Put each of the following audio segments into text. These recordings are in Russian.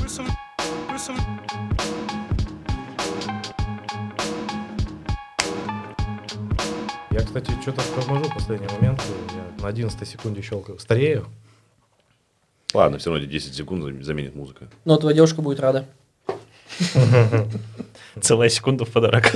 Я, кстати, что-то торможу в последний момент. Я на 11 секунде щелкаю. Старею. Ладно, все равно эти 10 секунд заменит музыка. Но твоя девушка будет рада. Целая секунда в подарок.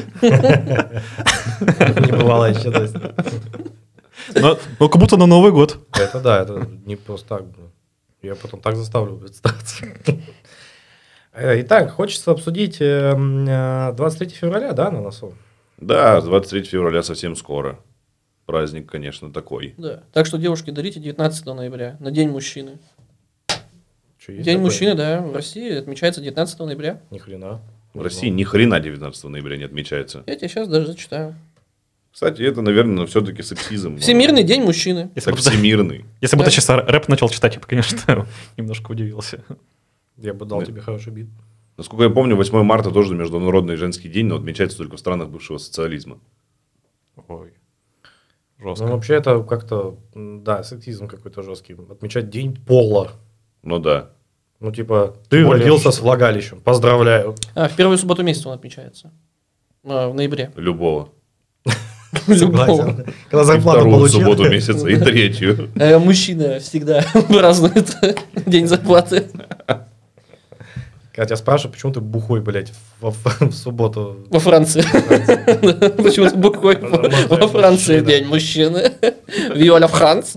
Не бывало еще. То есть. Но как будто на Новый год. Это да, это не просто так. Я потом так заставлю представиться. Итак, хочется обсудить 23 февраля, да, на носу? Да, 23 февраля совсем скоро. Праздник, конечно, такой. Да. Так что, девушки, дарите 19 ноября на День мужчины. Что, есть День такое? мужчины, да, в России отмечается 19 ноября. Ни хрена. В России ни хрена 19 ноября не отмечается. Я тебе сейчас даже зачитаю. Кстати, это, наверное, все-таки сексизм. Всемирный день мужчины. Так всемирный. Если бы Да. ты сейчас рэп начал читать, я бы, конечно, немножко удивился. Я бы дал Нет. тебе хороший бит. Насколько я помню, 8 марта тоже Международный женский день, но отмечается только в странах бывшего социализма. Ой. Ну, Жестко. вообще, это как-то, да, сексизм какой-то жесткий. Отмечать день пола. Ну да. Ну, типа, ты Более родился что. с влагалищем. Поздравляю. В первую субботу месяца он отмечается. В ноябре. Любого. Согласен. Когда И зарплату вторую получил. субботу месяца, и третью. Мужчина всегда празднует день зарплаты. Когда тебя спрашивают, почему ты бухой, блядь, в субботу. Во Франции. Почему-то буквой во Франции день мужчины. Виоля Франц.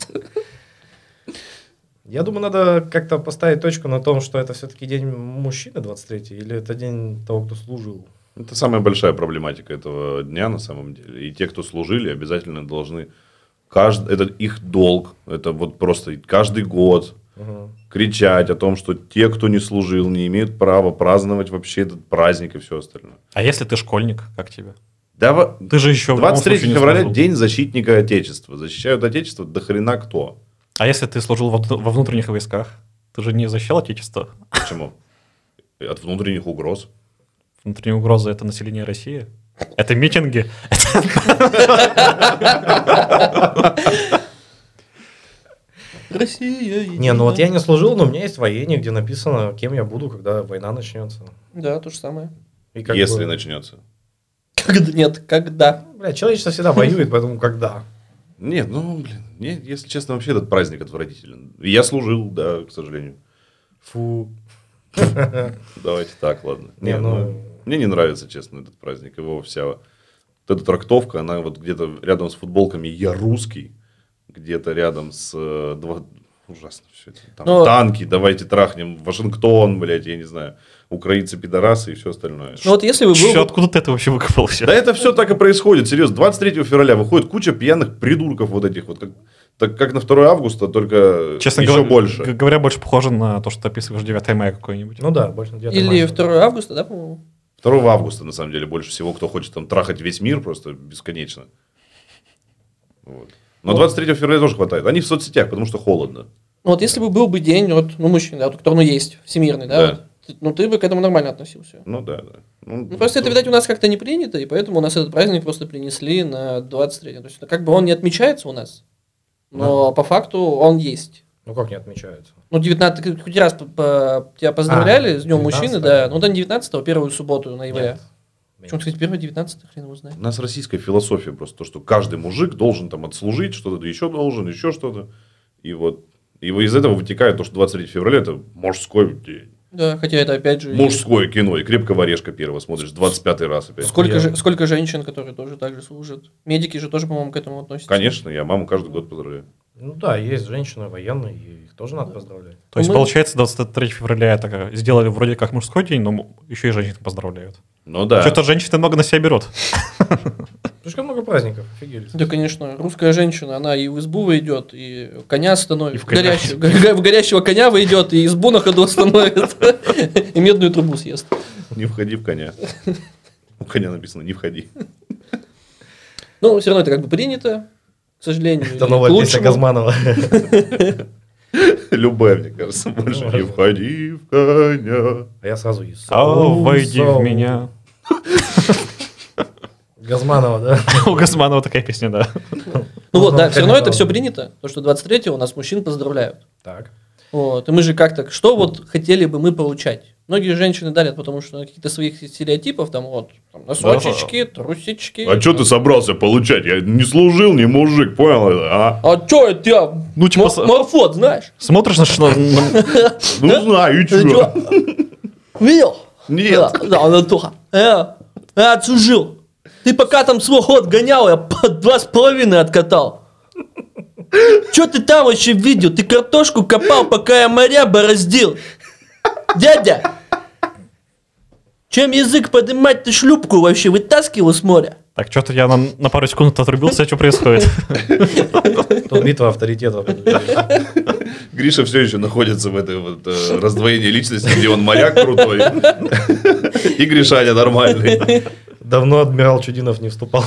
Я думаю, надо как-то поставить точку на том, что это все-таки день мужчины 23-й, или это день того, кто служил. Это самая большая проблематика этого дня на самом деле. И те, кто служили, обязательно должны... Это их долг. Это вот просто каждый год кричать о том, что те, кто не служил, не имеют права праздновать вообще этот праздник и все остальное. А если ты школьник, как тебе? Ты же еще в любом 23 случае не февраля служил. день защитника Отечества. Защищают Отечество до хрена кто. А если ты служил во внутренних войсках, ты же не защищал Отечество? Почему? От внутренних угроз. Внутренние угрозы — это население России? Это митинги? Россия. Не, ну вот я не служил, но у меня есть воение, где написано, кем я буду, когда война начнется. Да, то же самое. И как Если бы- начнется. Нет, когда? Бля, человечество всегда воюет, поэтому когда? Нет, ну, блин, мне, если честно, вообще этот праздник отвратителен. И я служил, да, к сожалению. Фу. Давайте так, ладно. Не, Не, ну- ну, мне не нравится, честно, этот праздник. Его вся вот эта трактовка, она вот где-то рядом с футболками «Я русский», где-то рядом с... Ужасно все это. Там Но- танки, давайте трахнем, Вашингтон, блядь, я не знаю, украинцы-пидорасы и все остальное. Ну вот если бы был... Откуда ты это вообще выкопал все? Да это все так и происходит, серьезно. 23 февраля выходит куча пьяных придурков вот этих вот, как на 2 августа, только Честно еще больше. говоря, больше похоже на то, что ты описываешь 9 мая какой-нибудь. Ну да, больше на 9 Или мая. 2 августа, да, по-моему? 2 августа, на самом деле, больше всего, кто хочет там трахать весь мир просто бесконечно. Вот. Но 23 февраля тоже хватает. Они в соцсетях, потому что холодно. Ну вот если бы был бы день, вот, ну, мужчин, да, вот, который, ну, есть, всемирный, да, Да. вот, ну, ты бы к этому нормально относился. Ну да, да. Ну, просто это, видать, у нас как-то не принято, и поэтому у нас этот праздник просто принесли на 23. То есть, как бы он не отмечается у нас, но по факту он есть. Ну как не отмечается? Ну, 19, ты хоть раз тебя поздравляли с Днем 19-го. мужчины, да, ну, да, не 19-го, первую субботу ноября. Нет. Почему, кстати, 1-19, хрен его знает. У нас российская философия просто, то, что каждый мужик должен там отслужить, что-то еще должен, еще что-то. И вот из этого вытекает то, что 23 февраля это мужской день. Да, хотя это опять же... Мужское кино. И «Крепкого орешка» первого смотришь 25-й раз опять. Сколько женщин, которые тоже так же служат. Медики же тоже, по-моему, к этому относятся. Конечно, я маму каждый год поздравляю. Ну да, есть женщины военные, и их тоже надо поздравлять. То есть, Мы- получается, 23 февраля это сделали вроде как мужской день, но еще и женщин поздравляют. Ну да. Что-то женщины много на себя берут. Слишком много праздников, офигели. Да, конечно, русская женщина, она и в избу войдет, и коня остановит, И в коня. в горящего коня войдет, и избу на ходу остановит, и медную трубу съест. Не входи в коня. У коня написано «не входи». Ну, все равно это как бы принято, к сожалению. Это и новая к песня лучшему. Газманова. Любая, мне кажется, больше «не входи в коня». А я сразу Войди в меня. Газманова, да? У Газманова такая песня, да. Ну вот, да, все равно это Конечно. все принято, то, что 23-го у нас мужчин поздравляют. Так. Вот, и мы же как-то, что вот хотели бы мы получать? Многие женщины дарят, потому что каких-то своих стереотипов, там вот, там, носочечки, трусички. А что ты собрался получать? Я не служил, не мужик, понял это, а? А чё это я? Ну, типа, Морфот, знаешь? смотришь Ну, знаю, и Ты чё? чё? Видел? Нет. Да, Анатоха. Я отслужил. Ты пока там свой ход гонял, я по 2,5 откатал. Чё ты там вообще видел? Ты картошку копал, пока я моря бороздил. Дядя! Чем язык поднимать, ты шлюпку вообще вытаскивал с моря? Так, что-то я на пару секунд отрубился, что происходит? Тут битва авторитетов. Гриша все еще находится в этой вот раздвоении личности, где он моряк крутой и Гришаня нормальный. Давно адмирал Чудинов не вступал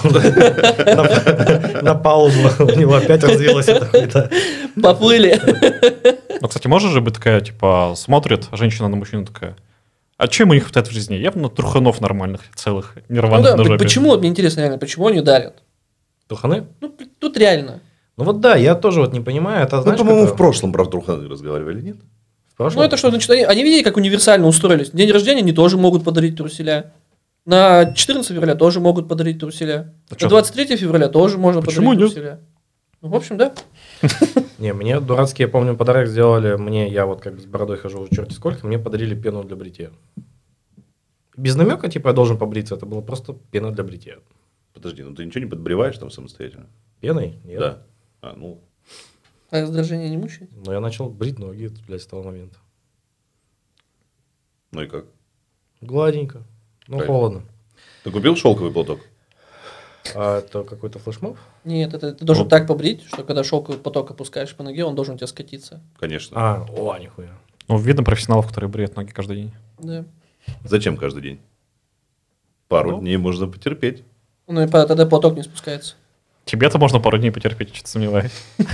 на палубу. У него опять развилась эта хуета. Поплыли. Ну, кстати, может же быть такая, типа, смотрит женщина на мужчину такая, а чем у них хватает в жизни? Я бы на труханов нормальных, целых, Ну нерваных да, на жопе. почему, мне интересно реально, почему они дарят? Туханы? Ну, тут реально. Ну вот да, я тоже вот не понимаю. Это, Ну, знаешь, по-моему, как в прошлом про труханы разговаривали, нет? в прошлом? Ну это что, значит, они видели, как универсально устроились. День рождения они тоже могут подарить труселя. На 14 февраля тоже могут подарить труселя. А На чё? 23 февраля тоже можно Почему подарить нет? труселя. Ну, в общем, да. Не, мне дурацкий, я помню, подарок сделали мне, я вот как с бородой хожу уже черти сколько, мне подарили пену для бритья. Без намека, типа, я должен побриться, это было просто пена для бритья. Подожди, ну ты ничего не подбреваешь там самостоятельно? Пеной? Нет. Да. А, ну, А раздражение не мучает? Но я начал брить ноги, блядь, с того момента. ну и как? Гладенько, но Кайф. холодно. Ты купил шелковый платок? А это какой-то флешмоб? Нет, это ты должен так побрить, что когда шелковый поток опускаешь по ноге, он должен у тебя скатиться. Конечно. Нихуя. Ну, видно профессионалов, которые бреют ноги каждый день. Да. Зачем каждый день? Пару Ну. дней можно потерпеть. Ну и тогда поток не спускается. Тебе-то можно пару дней потерпеть, что-то сомневаюсь.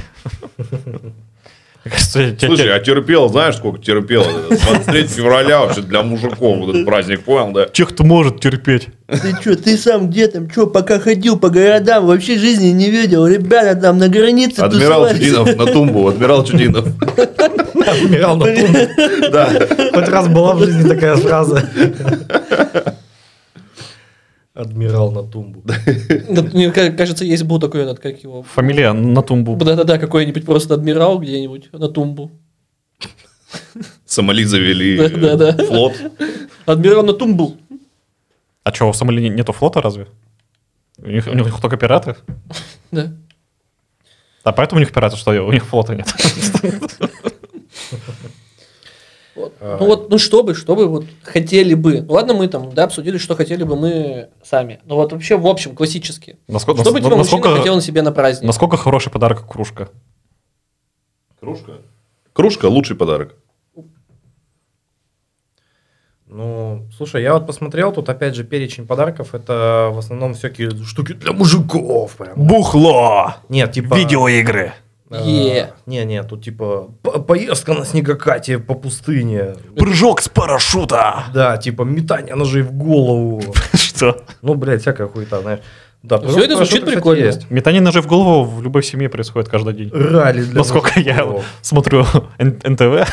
Мне кажется, Слушай, а терпел, знаешь, сколько терпел? 23 февраля вообще для мужиков вот этот праздник, понял, да? тех, кто может терпеть. Ты что, ты сам где там, что, пока ходил по городам, вообще жизни не видел? Ребята там на границе Адмирал тусовались. Чудинов на тумбу, адмирал Чудинов. Адмирал на тумбу. Да. Хоть раз была в жизни такая фраза. Адмирал на тумбу. Мне кажется, есть был такой этот, как его... Фамилия на тумбу. Да-да-да, какой-нибудь просто адмирал где-нибудь на тумбу. Сомали завели Да-да-да. флот. Адмирал на тумбу. А что, в Сомали нету флота разве? У них только пираты? Да. А поэтому у них пираты, что у них флота нет. Вот. Ну вот, ну чтобы вот хотели бы. Ну ладно, мы там, да, обсудили, что хотели бы мы сами. Но вот вообще, в общем, классически. Насколько, Что бы типа мужчина хотел на себе на праздник? насколько хороший подарок кружка? Кружка? Кружка – лучший подарок. Ну, слушай, я вот посмотрел, тут опять же перечень подарков, это в основном всякие штуки для мужиков. Прям. Бухло! Нет, типа... Видеоигры. Не, тут типа поездка на снегокате по пустыне. Прыжок с парашюта. Да, типа метание ножей в голову. Что? Ну, блядь, всякая хуета, знаешь. Да, Всё это звучит кстати, прикольно. есть. Метание ножей в голову в любой семье происходит каждый день. Ралли для Насколько я мужиков. смотрю НТВ.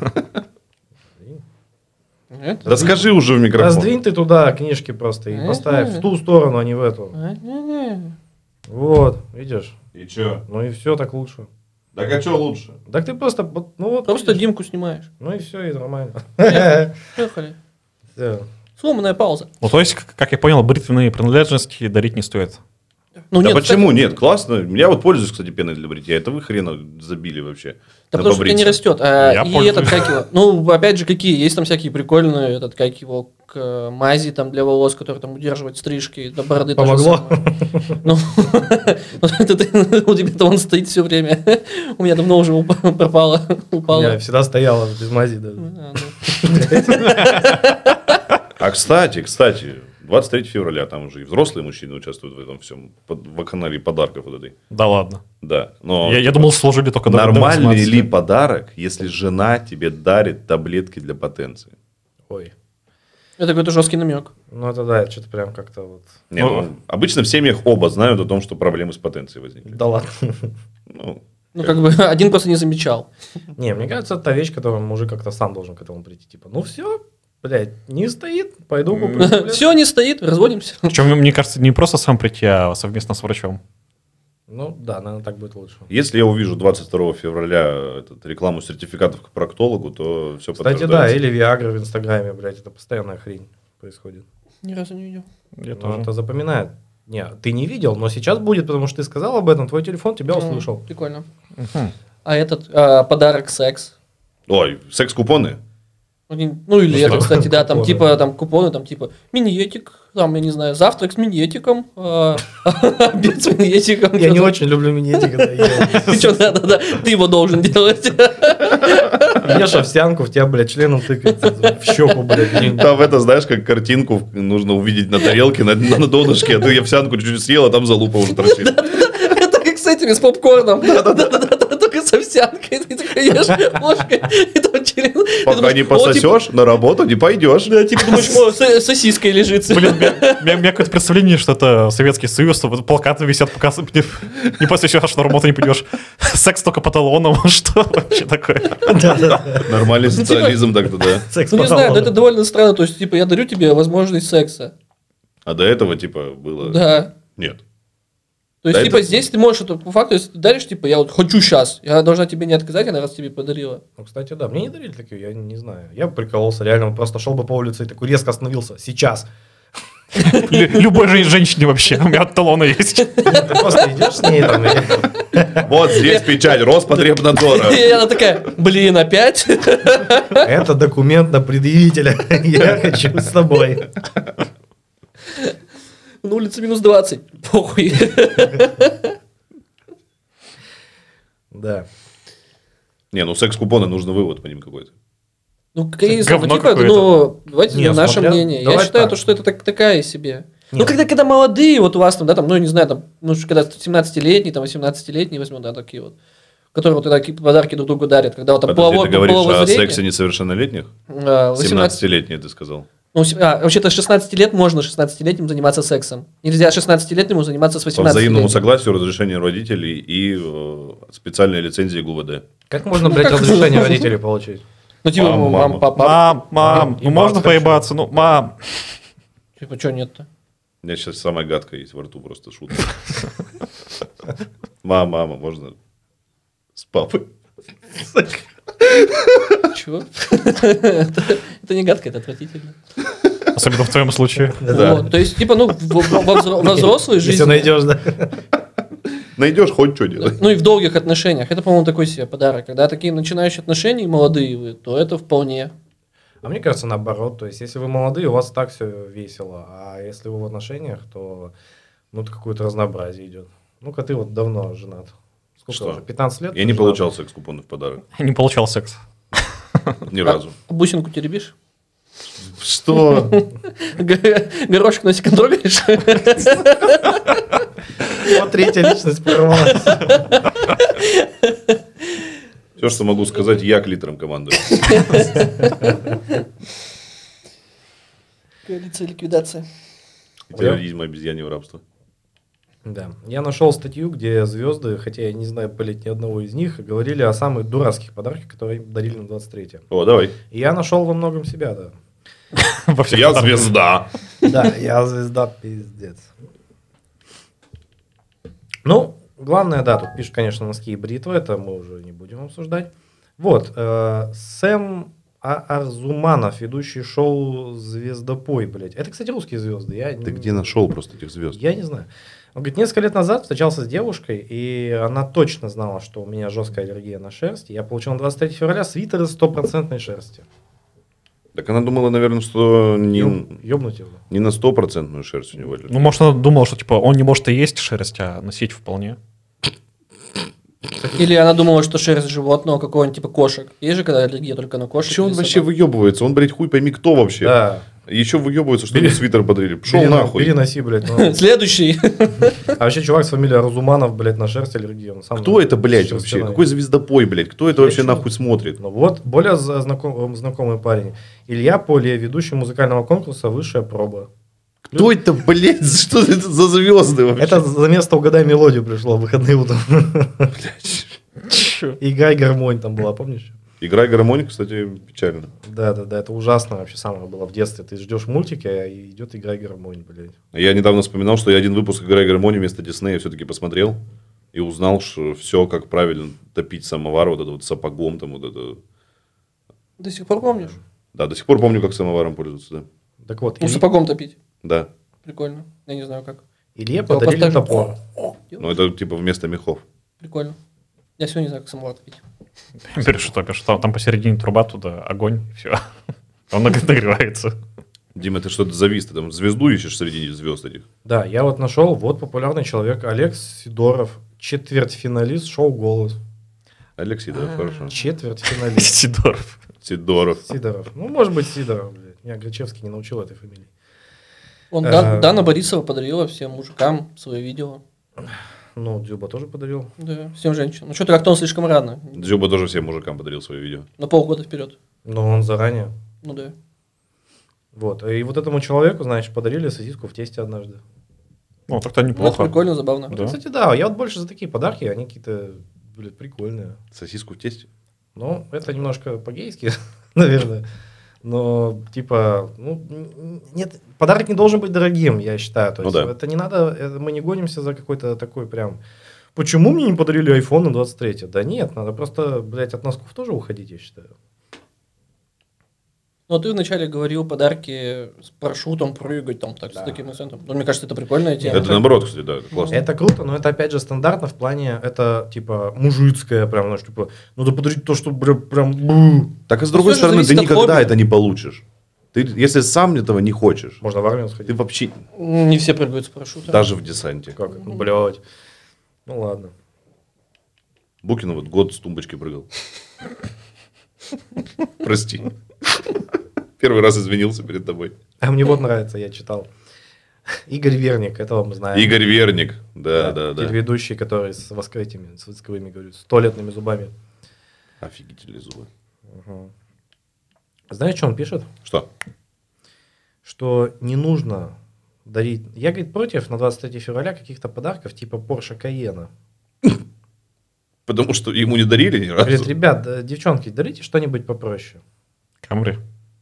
Нет? Расскажи уже в микрофон. Раздвинь ты туда книжки просто и поставь в ту сторону, а не в эту. Не-не-не. Вот, видишь? И чё? Ну и все, так лучше. Так а чё лучше? Так ты просто, ну вот, Просто видишь, Димку снимаешь. ну и все, и нормально. Поехали. Всё. Сломанная пауза. Ну, то есть, как я понял, бритвенные принадлежности дарить не стоит. Ну, Да нет, почему? кстати, Нет, классно. Я вот пользуюсь, кстати, пеной для бритья. Это вы хрена забили вообще. Да на потому что у тебя не побриться. растет. Я И пользуюсь. этот, как его, ну, опять же, какие, есть там всякие прикольные, этот, как его, мази там для волос, которые там удерживают стрижки, до бороды то же Помогло? самое. Ну, у тебя-то он стоит все время. У меня давно уже пропало, Я упало. всегда стояла без мази даже. А, ну. А кстати, 23 февраля там уже и взрослые мужчины участвуют в этом всем, в вакханалии подарков вот этой. Да ладно. Да. Но Я думал, служили только до нормальный 18. ли подарок, если жена тебе дарит таблетки для потенции? Ой. Это какой-то жесткий намек. Ну это да, что-то прям как-то вот. Не, ну, обычно в семьях оба знают о том, что проблемы с потенцией возникли. Да ладно. Ну, Ну, как бы один просто не замечал. Не, мне кажется, это та вещь, которую мужик как-то сам должен к этому прийти. Типа, ну все, Блядь, не стоит, пойду куплю. Все, не стоит, разводимся. Причем, мне кажется, не просто сам прийти, а совместно с врачом. Ну да, наверное, так будет лучше. Если я увижу 22 февраля рекламу сертификатов к проктологу, то все Кстати, да, или Виагра в Инстаграме, блядь, это постоянная хрень происходит. Ни разу не видел. Я Ну, тоже. это запоминает. Не, ты не видел, но сейчас будет, потому что ты сказал об этом, твой телефон тебя услышал. Прикольно. Мгм. А этот подарок секс. Ой, секс-купоны? Ну или Ну, это, что? кстати, да, там Купоны. типа там купоны, там типа миньетик, там, я не знаю, завтрак с миньетиком, обед с миньетиком. Я не очень люблю минетик, когда ел. Ты что, да, ты его должен делать. Ешь овсянку, в тебя, блядь, членом тыкается в щеку, блядь. Там это, знаешь, как картинку нужно увидеть на тарелке, на донышке, а ты овсянку чуть-чуть съел, а там залупа уже торчит. Это как с этими, с попкорном. Да-да-да, только с овсянкой. Ты такой ешь ложкой, и там член. Пока не пососешь, на работу не пойдешь. Да, типа думаешь, о, сосиской лежит. Блин, у меня какое-то представление, что это Советский Союз, что вот плакаты висят, пока не посещаешь, на работу не пойдешь. Секс только по талонам, что вообще такое? Нормальный социализм так-то, да. Секс Ну не по знаю, но талону. это довольно странно. То есть, типа, я дарю тебе возможность секса. А до этого, типа, было... Да. Нет. То есть, Да, типа, это- здесь ты можешь, это, по факту, если ты даришь, типа, я вот хочу сейчас, я должна тебе не отказать, она раз тебе подарила. Ну, кстати, да, мне не дарили такие, я не знаю. Я бы прикололся, реально, просто шел бы по улице и такой резко остановился. Сейчас. Любой женщине вообще, у меня талоны есть. Ты просто идешь с ней там, и Вот здесь печать Роспотребнадзора. И она такая, блин, опять? это документ на предъявителя. Я хочу с тобой. На улице минус 20. Похуй. Да. Не, ну секс-купоны, нужно вывод по ним какой-то. Ну, я не знаю, ну, Говно типа, какое-то. ну, давайте Не, наше смотря- мнение. Я давай считаю, так. что это такая себе. Ну, Нет. когда молодые, вот у вас там, да, там, ну, не знаю, там, ну, когда 17-летний, там, 18-летний возьмем, да, такие вот, которые вот такие подарки друг другу дарят, когда вот там Подожди, ты говоришь о половозрение, сексе несовершеннолетних? 18 17-летние, ты сказал. Ну, вообще-то с 16 лет можно 16-летним заниматься сексом. Нельзя 16-летнему заниматься с По 18 взаимному согласию, разрешению родителей и специальной лицензии ГУВД. Как можно, блядь, как- разрешение родителей получить? Ну, типа, Мама. мам, папа. Мам, ну Ебаться можно хочу. поебаться, ну, мам. Типа, что нет-то? У меня сейчас самая гадкая есть во рту, просто шутка. Мама, можно с папой? Чего? Это не гадко, это отвратительно. Особенно в твоем случае. Да. Вот, то есть, типа, ну, во взрослой Если жизни, найдешь, да. Найдешь хоть что делать. ну и в долгих отношениях, это, по-моему, такой себе подарок. Когда такие начинающие отношения, молодые вы, то это вполне. А мне кажется, наоборот. То есть, если вы молодые, у вас так все весело. А если вы в отношениях, то ну, какое-то разнообразие идет. Ну-ка, ты вот давно женат. Сколько Что? уже? 15 лет? Я не женат? получал секс-купоны в подарок. Я не получал секс. Ни разу. А бусинку теребишь? Что? Горошек носиком трогаешь? Вот третья личность порвалась. Все, что могу сказать, я клитором командую. Коалиция ликвидация. Терроризм, обезьянье рабство. Да. Я нашел статью, где звезды, хотя я не знаю, блядь, ни одного из них, говорили о самых дурацких подарках, которые им дарили на 23-е. О, давай. И я нашел во многом себя, да. Во всех Я подарках. звезда. Да, я звезда, пиздец. Ну, главное, да, тут пишут, конечно, носки и бритвы, это мы уже не будем обсуждать. Вот, Сэм Арзуманов, ведущий шоу «Звездопой», блядь. Это, кстати, русские звезды. Ты где нашел просто этих звезд? Я не знаю. Он говорит, несколько лет назад встречался с девушкой, и она точно знала, что у меня жесткая аллергия на шерсть. Я получил на 23 февраля свитер из 100% шерсти. Так она думала, наверное, что Ёбнуть его. не на 100% шерсть у него. Ну, может, она думала, что типа он не может и есть шерсть, а носить вполне. Или она думала, что шерсть животного какого-нибудь типа кошек. Есть же когда аллергия только на кошек. Че он или вообще собак. выебывается? Он, блядь, хуй пойми кто вообще. Да. Еще выебывается, что Бери- ему свитер подарили. Пшел Бери, нахуй. Переноси, блядь. ну. Следующий. А вообще чувак с фамилией Разуманов, блядь, на шерсть аллергия. Он сам Кто это, блядь, вообще? шерстяной. Какой звездопой, блядь? Кто это вообще чё? нахуй смотрит? Ну вот, более знакомый парень. Илья Поле, ведущий музыкального конкурса «Высшая проба». Кто это, блядь? Что это за звезды вообще? Это за место «Угадай мелодию» пришло в выходные утром. Чё? Играй гармонь там была, помнишь? Играй гармоник, кстати, печально. Да, это ужасно вообще самое было в детстве. Ты ждешь мультики, а идет игра гармонь, блядь. Я недавно вспоминал, что я один выпуск «Играй гармони» вместо Диснея все-таки посмотрел и узнал, что все, как правильно топить самовар, вот это вот сапогом, там вот это. До сих пор помнишь? Да, до сих пор помню, как самоваром пользоваться, да. Так вот, Ну, сапогом топить. Да. Прикольно. Я не знаю как. Илье подарили Поставь- топор. Но это типа вместо мехов. Прикольно. Я сегодня не знаю, как самовар топить. Берешь и топишь. Там посередине труба, туда огонь, и все. Он нагревается. Дима, ты что-то завис, ты там звезду ищешь среди звезд этих. Да, я вот нашел, вот популярный человек Олег Сидоров, четвертьфиналист шоу «Голос». Алексей, да, хорошо. Четвертьфиналист. Сидоров. Сидоров. Сидоров. Ну, может быть, Сидоров, блядь. Меня Грачевский не научил этой фамилии. Он Ага. Дана Борисова подарила всем мужикам свои видео. Ну, Дзюба тоже подарил. Да, всем женщинам. Ну что-то как-то он слишком рано. Дзюба тоже всем мужикам подарил свое видео. На полгода вперед. Но он заранее. Ну да. Вот. И вот этому человеку, значит, подарили сосиску в тесте однажды. Ну, так-то Ну, это неплохо. прикольно, забавно. Да. Кстати, да, я вот больше за такие подарки, они какие-то, блядь, прикольные. Сосиску в тесте. Ну, это немножко по-гейски, наверное. Но, типа, ну, нет, подарок не должен быть дорогим, я считаю. То Ну есть, да. это не надо, мы не гонимся за какой-то такой прям... Почему мне не подарили iPhone на 23? Да нет, надо просто, блядь, от носков тоже уходить, я считаю. Ну, ты вначале говорил подарки с парашютом прыгать, там, так, Да. с таким акцентом. Ну, мне кажется, это прикольная тема. Это наоборот, кстати, да, это классно. Это круто, но это, опять же, стандартно в плане, это, типа, мужицкое, прям, знаешь, типа, надо подарить то, что прям... Так и с Ну, другой всё же стороны, ты зависит от никогда хобби. это не получишь. Ты, если сам этого не хочешь, Можно в армию ты сходить. вообще Не все прыгают с парашютом. даже в десанте. Как? Ну, блядь. Ну, ладно. Букин вот год с тумбочки прыгал. Прости. Первый раз извинился перед тобой. А мне вот нравится, я читал. Игорь Верник, этого мы знаем. Игорь Верник. Да. Телеведущий, который с этими, с восковыми, говорю, с туалетными зубами. Офигительные зубы. Знаешь, что он пишет? Что? Что не нужно дарить... Я, говорит, против на 23 февраля каких-то подарков типа Porsche Cayenne. Потому что ему не дарили ни разу. Говорит, ребят, девчонки, дарите что-нибудь попроще. Камри.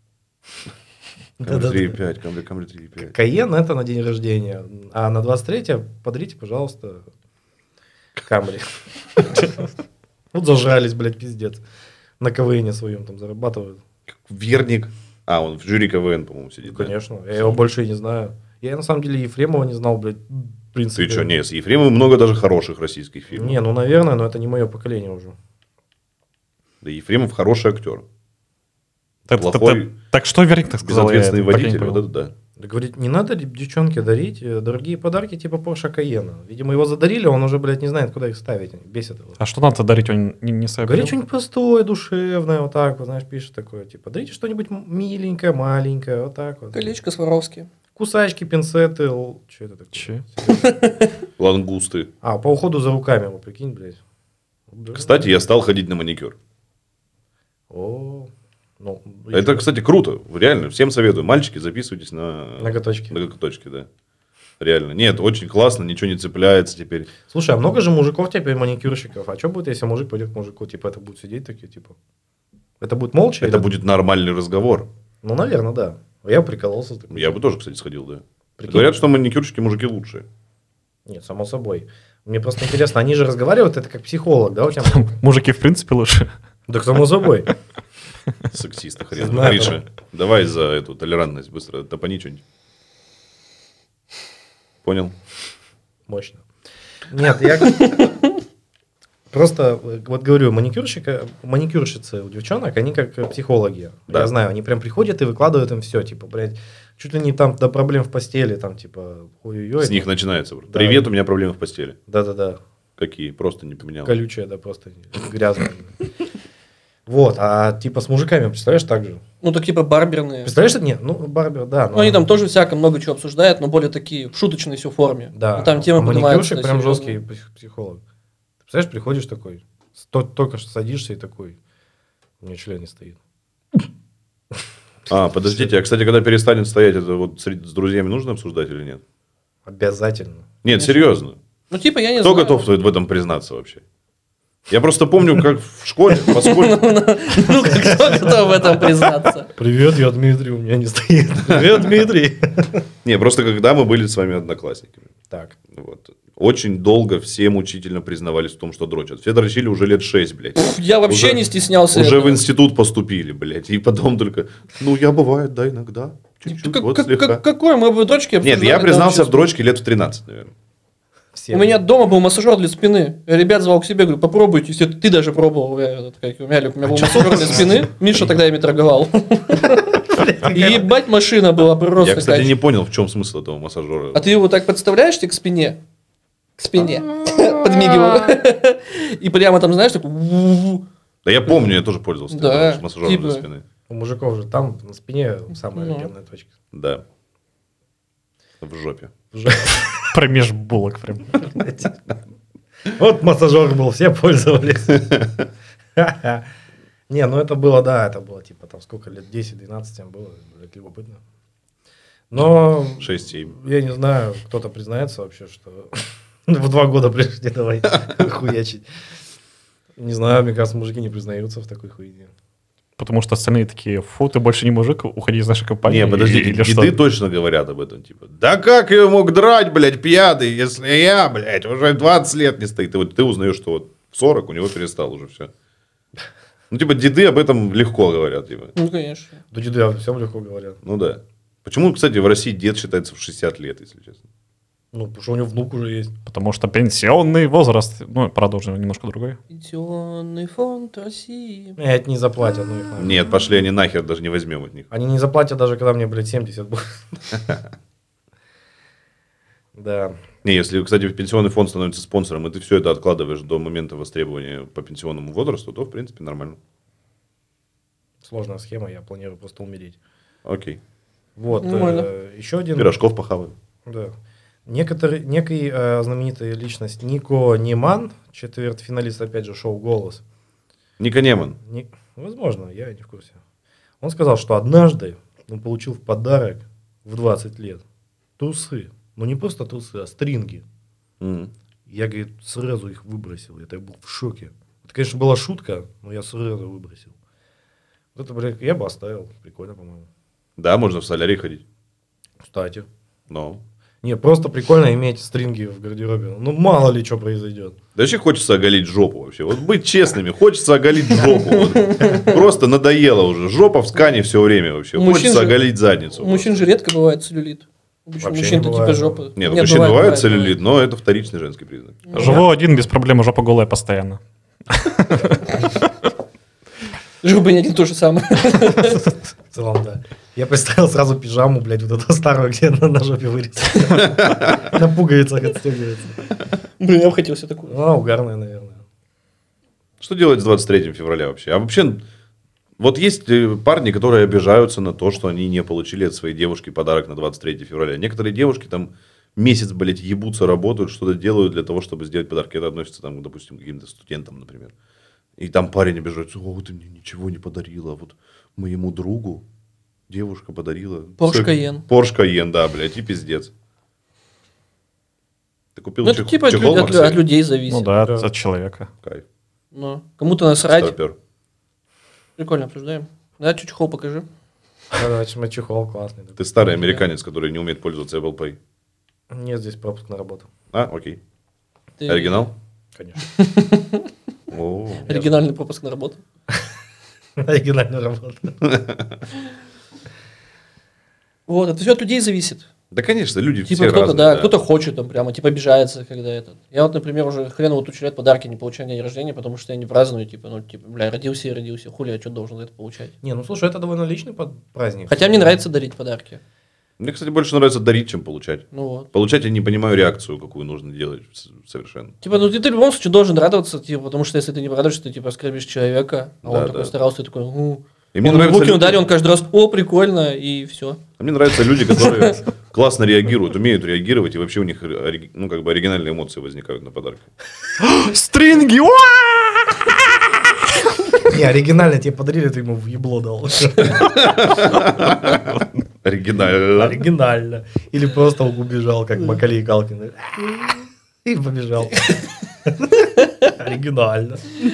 Камри 3,5, Камри 3,5. Cayenne это на день рождения, а на 23 подарите, пожалуйста, Камри. Вот зажрались, блядь, пиздец. На КВН своем там зарабатывают. Верник. А, он в жюри КВН, по-моему, сидит. да? Конечно, я его больше и не знаю. Я на самом деле Ефремова не знал, блядь, в принципе. Ты что, не, с Ефремовым много даже хороших российских фильмов. Не, ну, наверное, но это не мое поколение уже. Да Ефремов хороший актер. Так, Плохой, так что Верник так сказал? Я безответственный так и не водитель. понял. Вот это да. Да, говорит, не надо девчонке дарить дорогие подарки типа Porsche Cayenne. Видимо, его задарили, он уже, блядь, не знает, куда их ставить. Бесит его. А что надо дарить, он не сообщил? Говорит что-нибудь простое, душевное, вот так вот, знаешь, пишет такое, типа, дарите что-нибудь миленькое, маленькое, вот так вот. Колечко Сваровски. Кусачки, пинцеты, что это такое? Че? Лангусты. А, по уходу за руками, вот прикинь, блядь. Да. Кстати, я стал ходить на маникюр. О, ну, Это, кстати, круто. Реально, всем советую. Мальчики, записывайтесь на ноготочки. ноготочки, да. Реально. Нет, очень классно, ничего не цепляется теперь. Слушай, а много же мужиков теперь маникюрщиков. А что будет, если мужик пойдет к мужику? Типа, это будут сидеть такие, типа. Это будет молча? Это или- будет нормальный разговор. Ну, наверное, да. Я прикололся. такой. Я бы тоже, кстати, сходил, да. Прикинь. Говорят, что маникюрщики мужики лучшие. Нет, само собой. Мне просто интересно, они же разговаривают, это как психолог, да, у тебя? Мужики, в принципе, лучше. Так само собой. Сексисты хрен. Знаю, Гриша, давай за эту толерантность быстро топани что-нибудь. Понял? Мощно. Нет, я просто вот говорю, маникюрщицы у девчонок, они как психологи. Да. Я знаю, они прям приходят и выкладывают им все, типа, блядь, чуть ли не там до проблем в постели, там, типа, ой-ой-ой. С них начинается. Да. Привет, у меня проблемы в постели. Да-да-да, Какие? Просто не поменял. колючая, да, просто грязная. Вот, а типа с мужиками, представляешь, так же? Ну, так типа барберные. Представляешь, это нет, ну, Барбер, да. Ну, они там тоже всяко много чего обсуждают, но более такие в шуточной все форме. Да, Ну, там тема поднимается. маникюрщик прям серьезно. жесткий психолог. Ты представляешь, приходишь такой, только что садишься и такой, у меня член не стоит. А, подождите, а, кстати, когда перестанет стоять, это вот с друзьями нужно обсуждать или нет? Обязательно. Нет, серьезно. Ну, типа, я не Кто знаю. готов в этом признаться вообще? Я просто помню, как в школе, поскольку... Ну, кто готов в этом признаться? Привет, я Дмитрий, у меня не стоит. Привет, Дмитрий. Не, просто когда мы были с вами одноклассниками. Так. Вот. Очень долго все мучительно признавались в том, что дрочат. Все дрочили уже лет 6, блядь. Я вообще Уже- не стеснялся Уже этого. в институт поступили, блядь. И потом только, ну, я бывает, да, иногда. Чуть-чуть, вот слегка. Какой мы бы дрочки Нет, обсуждали, я да, признался вообще? в дрочке лет в 13, наверное. Все. У меня дома был массажер для спины. Я ребят звал к себе, говорю, попробуйте. Если ты даже пробовал. У меня был массажер для спины. Миша тогда ими торговал. И ебать машина была просто. Я, кстати, качество. не понял, в чем смысл этого массажера. А ты его так подставляешь тебе к спине? К спине. Подмигивал. И прямо там, знаешь, такой... Да я помню, я тоже пользовался Да, таким массажером типа. для спины. У мужиков же там на спине самая Ну. офигенная точка. Да. В жопе. Промеж булок прям. Вот массажер был, все пользовались. Не, ну это было, да, это было типа там сколько лет, 10-12 им было, блядь, любопытно. Но 6-7. я не знаю, кто-то признается вообще, что в 2 года пришли давай хуячить. Не знаю, мне кажется, мужики не признаются в такой хуйне. Потому что остальные такие, фу, ты больше не мужик, уходи из нашей компании. Не, подождите, или что? деды точно говорят об этом, типа, да как я мог драть, блядь, пьяный, если я, блядь, уже 20 лет не стоит. И вот ты узнаешь, что вот в 40 у него перестал уже все. Ну, типа, деды об этом легко говорят, типа. Ну, конечно. Да деды о всем легко говорят. Ну, да. Почему, кстати, в России дед считается в 60 лет, если честно? Ну, потому что у него внук уже есть. Потому что пенсионный возраст, ну, продолжим немножко другой. Пенсионный фонд России. Это не заплатят, ну их нахуй. Нет, пошли они нахер, даже не возьмем от них. Они не заплатят даже, когда мне, блядь, 70 будет. Да. Не, если, кстати, пенсионный фонд становится спонсором, и ты все это откладываешь до момента востребования по пенсионному возрасту, то, в принципе, нормально. Сложная схема, я планирую просто умереть. Окей. Вот. Нормально. Еще один. Пирожков похаваем. Да. Некий знаменитая личность Нико Неман, четвертьфиналист, опять же, шоу «Голос». Ника Неман. Возможно, я не в курсе. Он сказал, что однажды он получил в подарок в 20 лет трусы. Ну, не просто трусы, а стринги. Мгм. Я, говорит, сразу их выбросил. Я был в шоке. Это, конечно, была шутка, но я сразу выбросил. Вот это, блядь, я бы оставил. Прикольно, по-моему. Да, можно в солярий ходить. Кстати. Но. Не, просто прикольно иметь стринги в гардеробе. Ну, мало ли что произойдет. Да вообще хочется оголить жопу вообще. Вот быть честными, хочется оголить жопу. Вот. Просто надоело уже. Жопа в скане все время вообще. У мужчин Хочется же- оголить задницу. У мужчин же редко бывает целлюлит. Обычно Вообще мужчин-то не типа бывает. жопы. Нет, у мужчин бывает бывает. целлюлит, но это вторичный женский признак. Живу один, без проблем, жопа голая постоянно. Жил бы не один то же самое. В целом, да. Я представил сразу пижаму, блядь, вот эту старую, где на жопе вырезана. На пуговицах отстегивается. Блин, я бы хотел себе такую. Ну, угарная, наверное. Что делать с 23 февраля вообще? А вообще, вот есть парни, которые обижаются на то, что они не получили от своей девушки подарок на 23 февраля. Некоторые девушки там месяц, блядь, ебутся, работают, что-то делают для того, чтобы сделать подарки. Это относится, там, допустим, к каким-то студентам, например. И там парень обижается: о, ты мне ничего не подарила, вот моему другу девушка подарила. Porsche Cayenne. Porsche Cayenne, да, блядь, и пиздец. Ты купил Ну, это типа от чехол, лю- от Марсель? от людей зависит. Ну да, Да. от человека. Кайф. Ну, кому-то насрать. Стопер. Прикольно обсуждаем. Да, чуть-чуть покажи. Да, чехол классный. Ты старый американец, который не умеет пользоваться Apple Pay. Нет здесь пропуск на работу. А, окей. Ты- Оригинал? Конечно. О, Оригинальный пропуск на работу. Оригинальная работа. Вот, это все от людей зависит. да, конечно, люди Типа все кто-то, разные. да, кто-то хочет там прямо, типа обижается, когда это. Я вот, например, уже хреново тучу лет подарки не получаю на день рождения, потому что я не праздную, типа, ну, типа, бля, родился и родился, хули, я что должен за это получать? Не, ну слушай, это довольно личный праздник. Хотя мне нравится дарить подарки. Мне, кстати, больше нравится дарить, чем получать. Ну вот. Получать я не понимаю реакцию, какую нужно делать совершенно. Типа, ну ты в любом случае должен радоваться, типа, потому что если ты не порадуешься, ты типа оскорбишь человека, а Да, он такой да. старался, ты такой, И мне он нравятся руки люди- ударил, он каждый раз, о, прикольно, и все. А мне нравятся люди, которые классно реагируют, умеют реагировать, и вообще у них ну, как бы оригинальные эмоции возникают на подарке. Стринги! Не, оригинально тебе подарили, ты ему в ебло дал. Оригинально. Оригинально. Или просто убежал, как Макалей Калкин. И побежал. Оригинально.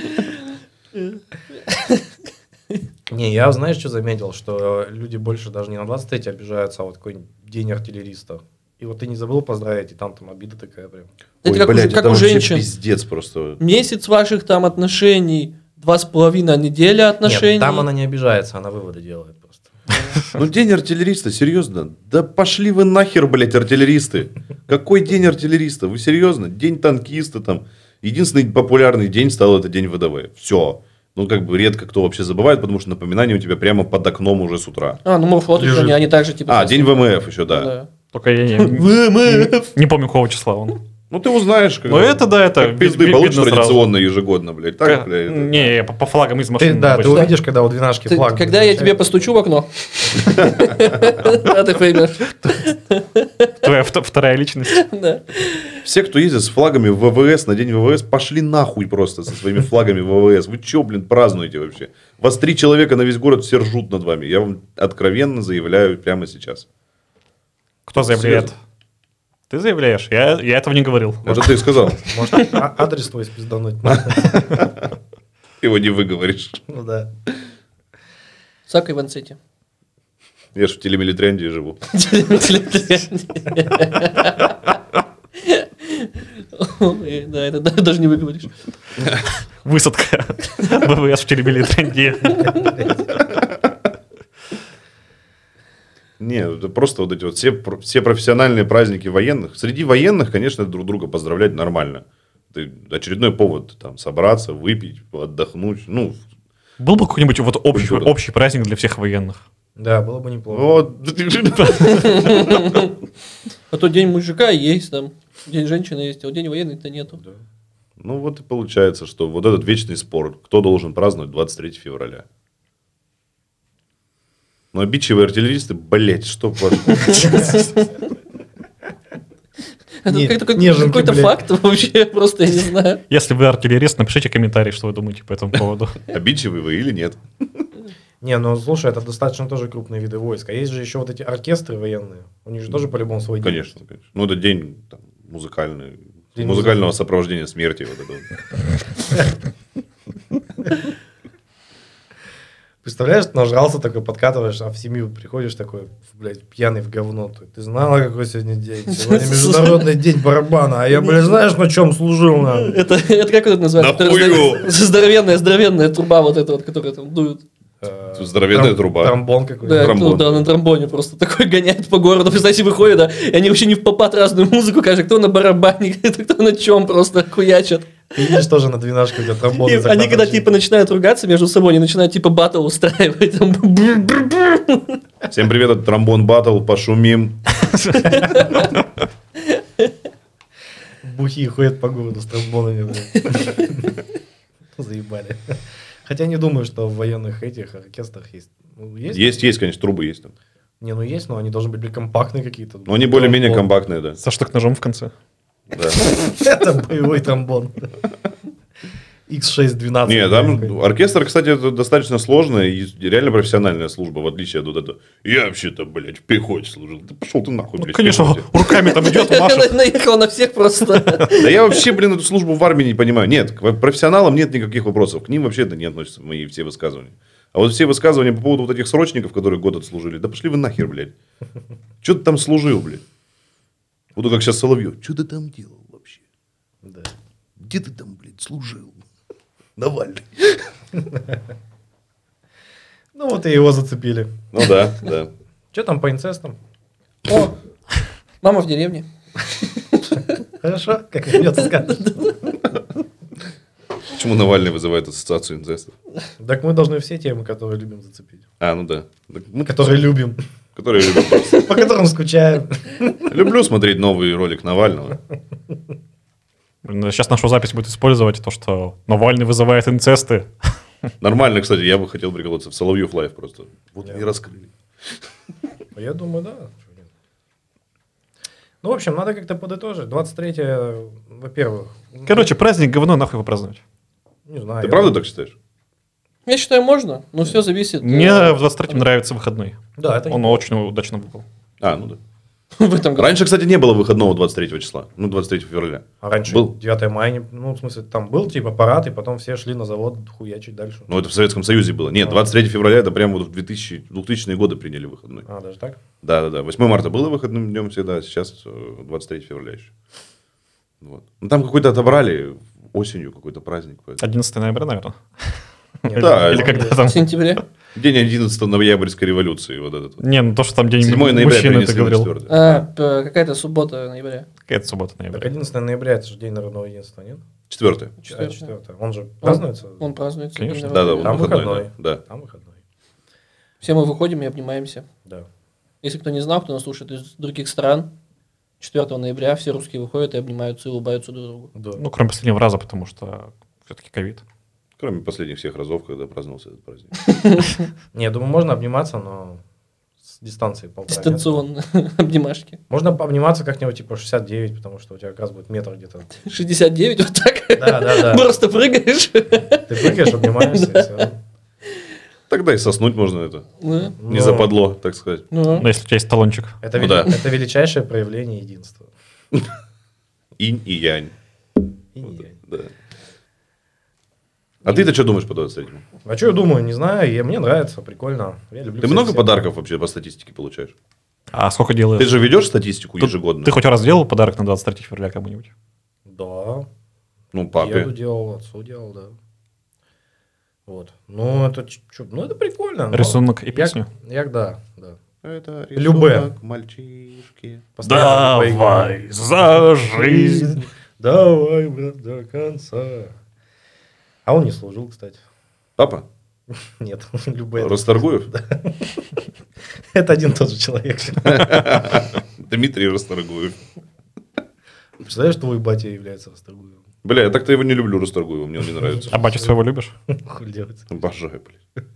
Не, я, знаешь, что заметил? Что люди больше даже не на 23 обижаются, а вот какой-нибудь день артиллериста. И вот ты не забыл поздравить, и там обида такая прям. Это Ой, как, блядь, как это у вообще женщин. пиздец просто. Месяц ваших там отношений, 2,5 недели отношений. Нет, там она не обижается, она выводы делает просто. Ну, день артиллериста, серьезно? Да пошли вы нахер, блядь, артиллеристы. Какой день артиллериста? Вы серьезно? День танкиста там. Единственный популярный день стал это день ВДВ. Все. Ну, как бы редко кто вообще забывает, потому что напоминание у тебя прямо под окном уже с утра. А, ну морфлот еще Лежит. не, они также типа... А, день ВМФ еще, да. Да. Только я не помню, какого числа он. Ну, ты узнаешь. Ну, это да, это как пизды видно получишь сразу. традиционно ежегодно, блядь. Так, блядь. это- Не, по флагам из Ты, машины. да, ты обычно. увидишь, когда у двенашки Ты- флаг. когда я тебе возвращается. постучу в окно, а ты поймешь. Твоя вторая личность. Да. Все, кто ездит с флагами в ВВС на день ВВС, пошли нахуй просто со своими флагами в ВВС. Вы че, блин, празднуете вообще? Вас 3 человека на весь город, все ржут над вами. Я вам откровенно заявляю прямо сейчас. Кто заявляет? Серьезно? Ты заявляешь? Я этого не говорил. Это ты сказал. Может, адрес твой спиздануть? Ты его не выговоришь. Ну да. Сак Иванцетти. Я же в телемилитрендии живу. Да, это даже не выговоришь. Высадка ВВС в телемилитренде. Не, это просто вот эти вот все профессиональные праздники военных. Среди военных, конечно, друг друга поздравлять нормально. Это очередной повод там собраться, выпить, отдохнуть. Ну, Был бы какой-нибудь вот Культура. общий праздник для всех военных? Да, было бы неплохо. вот. А то день мужика есть там, день женщины есть, а вот день военный-то нету. Ну, вот и получается, что вот этот вечный спор, кто должен праздновать 23 февраля. Ну, обидчивые артиллеристы, блять, что ваше... Не- Это неженки, какой-то блядь. факт вообще, просто я не знаю. Если вы артиллерист, напишите комментарий, что вы думаете по этому поводу. Обидчивые вы или нет? Не, ну слушай, это достаточно тоже крупные виды войск. А есть же еще вот эти оркестры военные. У них же тоже по-любому свой день. Конечно, конечно. Ну, это день там, музыкальный. День Музыкального музыки. сопровождения смерти. Вот это вот. Представляешь, нажрался такой, подкатываешь, а в семью приходишь такой, блядь, пьяный в говно. Ты знала, какой сегодня день? Сегодня международный день барабана. А я, блядь, знаешь, на чем служил? нахуй? Это как это называется? На хую. Здоровенная труба вот эта вот, которая там дует. Здоровенная труба. Тромбон какой-то. Да, Тромбон. да, на тромбоне просто такой гоняет по городу. Представляете, выходит, да, и они вообще не в попад разную музыку, кажется, кто на барабане, кто на чем просто хуячат. Ты видишь тоже на двенашке, где тромбон. И они когда типа начинают ругаться между собой, они начинают типа батл устраивать. Там, Всем привет, это Тромбон Баттл, пошумим. Бухие ходят по городу с тромбонами. блядь. Заебали. Хотя не думаю, что в военных этих оркестрах есть. Ну, есть? Есть, конечно, трубы есть там. Не, ну есть, но они должны быть компактные какие-то. Но они более-менее Тромбон. компактные, да. Со штык-ножом в конце. Да. Это боевой тромбон. X612. Не, там оркестр, кстати, это достаточно сложная и реально профессиональная служба, в отличие от вот этого. Я вообще-то, блядь, в пехоте служил. Да пошел ты нахуй, Ну, блядь, в конечно, пехоте. руками там идет, машет. наехал на всех просто. Да я вообще, блин, эту службу в армии не понимаю. Нет, к профессионалам нет никаких вопросов. К ним вообще-то не относятся мои все высказывания. А вот все высказывания по поводу вот этих срочников, которые год отслужили, да пошли вы нахер, блядь. Че ты там служил, блядь? Буду как сейчас Соловьев. Что ты там делал вообще? Да. Где ты там, блядь, служил? Навальный. Ну вот и его зацепили. Ну да, да. Что там по инцестам? О, мама в деревне. Хорошо, как придется сказать. Почему Навальный вызывает ассоциацию инцестов? Так мы должны все темы, которые любим, зацепить. А, ну да. Так мы, Которые любим. которые я люблю просто. По которым скучаем. Люблю смотреть новый ролик Навального. Сейчас нашу запись будет использовать то, что Навальный вызывает инцесты. Нормально, кстати, я бы хотел приколоться в Соловьев лайв просто. Вот и раскрыли. Я думаю, да. Чё нет. Ну, в общем, надо как-то подытожить. 23-е, во-первых. Короче, праздник говно, нахуй его праздновать. Не знаю. Ты я правда думаю- так считаешь? Я считаю, можно, но все зависит. Мне в 23-м нравится выходной. Да, это Он очень удачно выпал. А, ну да. в этом году. Раньше, кстати, не было выходного 23 числа. Ну, 23 февраля. А раньше Был. 9 мая, ну, в смысле, там был типа парад, и потом все шли на завод хуячить дальше. Ну, это в Советском Союзе было. Нет, 23 февраля это прямо вот в 2000-е годы приняли выходной. А, даже так? Да. 8 марта было выходным днем всегда, сейчас 23 февраля еще. Вот. Ну, там какой-то отобрали осенью какой-то праздник. поэтому. 11 ноября, наверное. Нет, Да, Или когда там... В сентябре. День 11 ноябрьской революции. Вот этот. Вот. Не, ну то, что там день 7 ноября мужчины, ты перенесли на говорил. 4. Какая-то суббота ноября. Какая-то суббота Так ноября. 11 ноября, это же День народного единства, нет? 4. А, 4. 4. Он же празднуется? Он празднуется. Конечно. День Да, народного он Там выходной. выходной. Да. Там выходной. Все мы выходим и обнимаемся. Да. Если кто не знал, кто нас слушает из других стран, 4 ноября все русские выходят и обнимаются и улыбаются друг другу. Да. Ну, кроме последнего раза, потому что все-таки ковид. Кроме последних всех разов, когда праздновался этот праздник. Не, я думаю, можно обниматься, но с дистанции 1,5 метра. Дистанционно. Обнимашки. Можно обниматься как-нибудь типа 69, потому что у тебя как раз будет метр где-то. 69, вот так. Да. Просто прыгаешь. Ты прыгаешь, обнимаешься, и всё. Тогда и соснуть можно это. Ну, Не Но западло, так сказать. ну. Но если у тебя есть талончик. Это, Ну да. это величайшее проявление единства. Инь и янь. И не я. Да. А ты-то что думаешь по 23-му? А что я думаю, не знаю, мне нравится, прикольно. Я люблю Ты всех- много всех. подарков вообще по статистике получаешь? А сколько делаешь? Ты же ведешь статистику ежегодно? Ты хоть раз делал подарок на 23 февраля кому-нибудь? Да, Ну, деду папе. делал, отцу делал, да. Вот. Ну, это ну, это прикольно. но Рисунок и я- песню? Да. Это Любэ. рисунок мальчишки. Постоянно любэ Давай играет. за жизнь. Давай, брат, до конца. А он не служил, кстати. Папа? Нет, любэ. Расторгуев? Это один тот же человек. Дмитрий Расторгуев. Представляешь, твой батя является Расторгуевым? Бля, я так-то его не люблю, Расторгуева, мне он не нравится. А батю своего любишь? Хуй делать. Обожаю, блядь.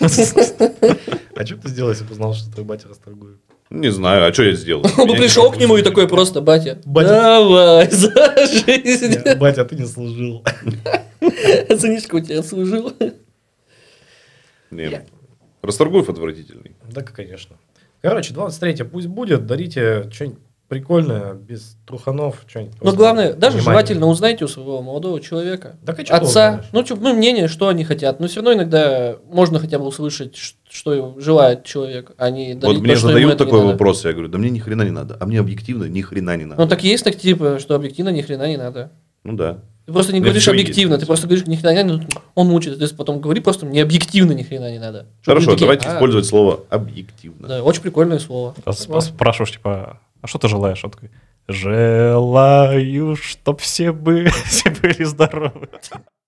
А что бы ты сделал, если бы узнал, что твой батя Расторгуев? Не знаю, а что я сделал? Он бы Меня пришел не к нему и такой просто, батя, Батя. давай за жизнь. Батя, ты не служил. Сынишка у тебя служил. Не. Расторгуев отвратительный. Да, конечно. Короче, 23 пусть будет, дарите что-нибудь прикольное, без труханов, что-нибудь. Но просто главное, даже внимание. желательно узнайте у своего молодого человека, Да, а чё ты отца, узнаешь? мнение, что они хотят. Но все равно иногда можно хотя бы услышать, что желает человек, а не дарить Вот мне то, что ему задают это не такой надо. вопрос, я говорю, да мне ни хрена не надо. А мне объективно ни хрена не надо. Ну так есть так типа, что объективно ни хрена не надо. Ну да. Ты просто не Да говоришь всё объективно, есть. ты просто говоришь ни хрена не надо, он мучает. Ты потом говори просто мне объективно ни хрена не надо. Чтобы Хорошо, люди такие, давайте «А, использовать слово объективно. Да, очень прикольное слово. А спрашиваешь, типа, а что ты желаешь? Он такой, желаю, чтоб все были здоровы.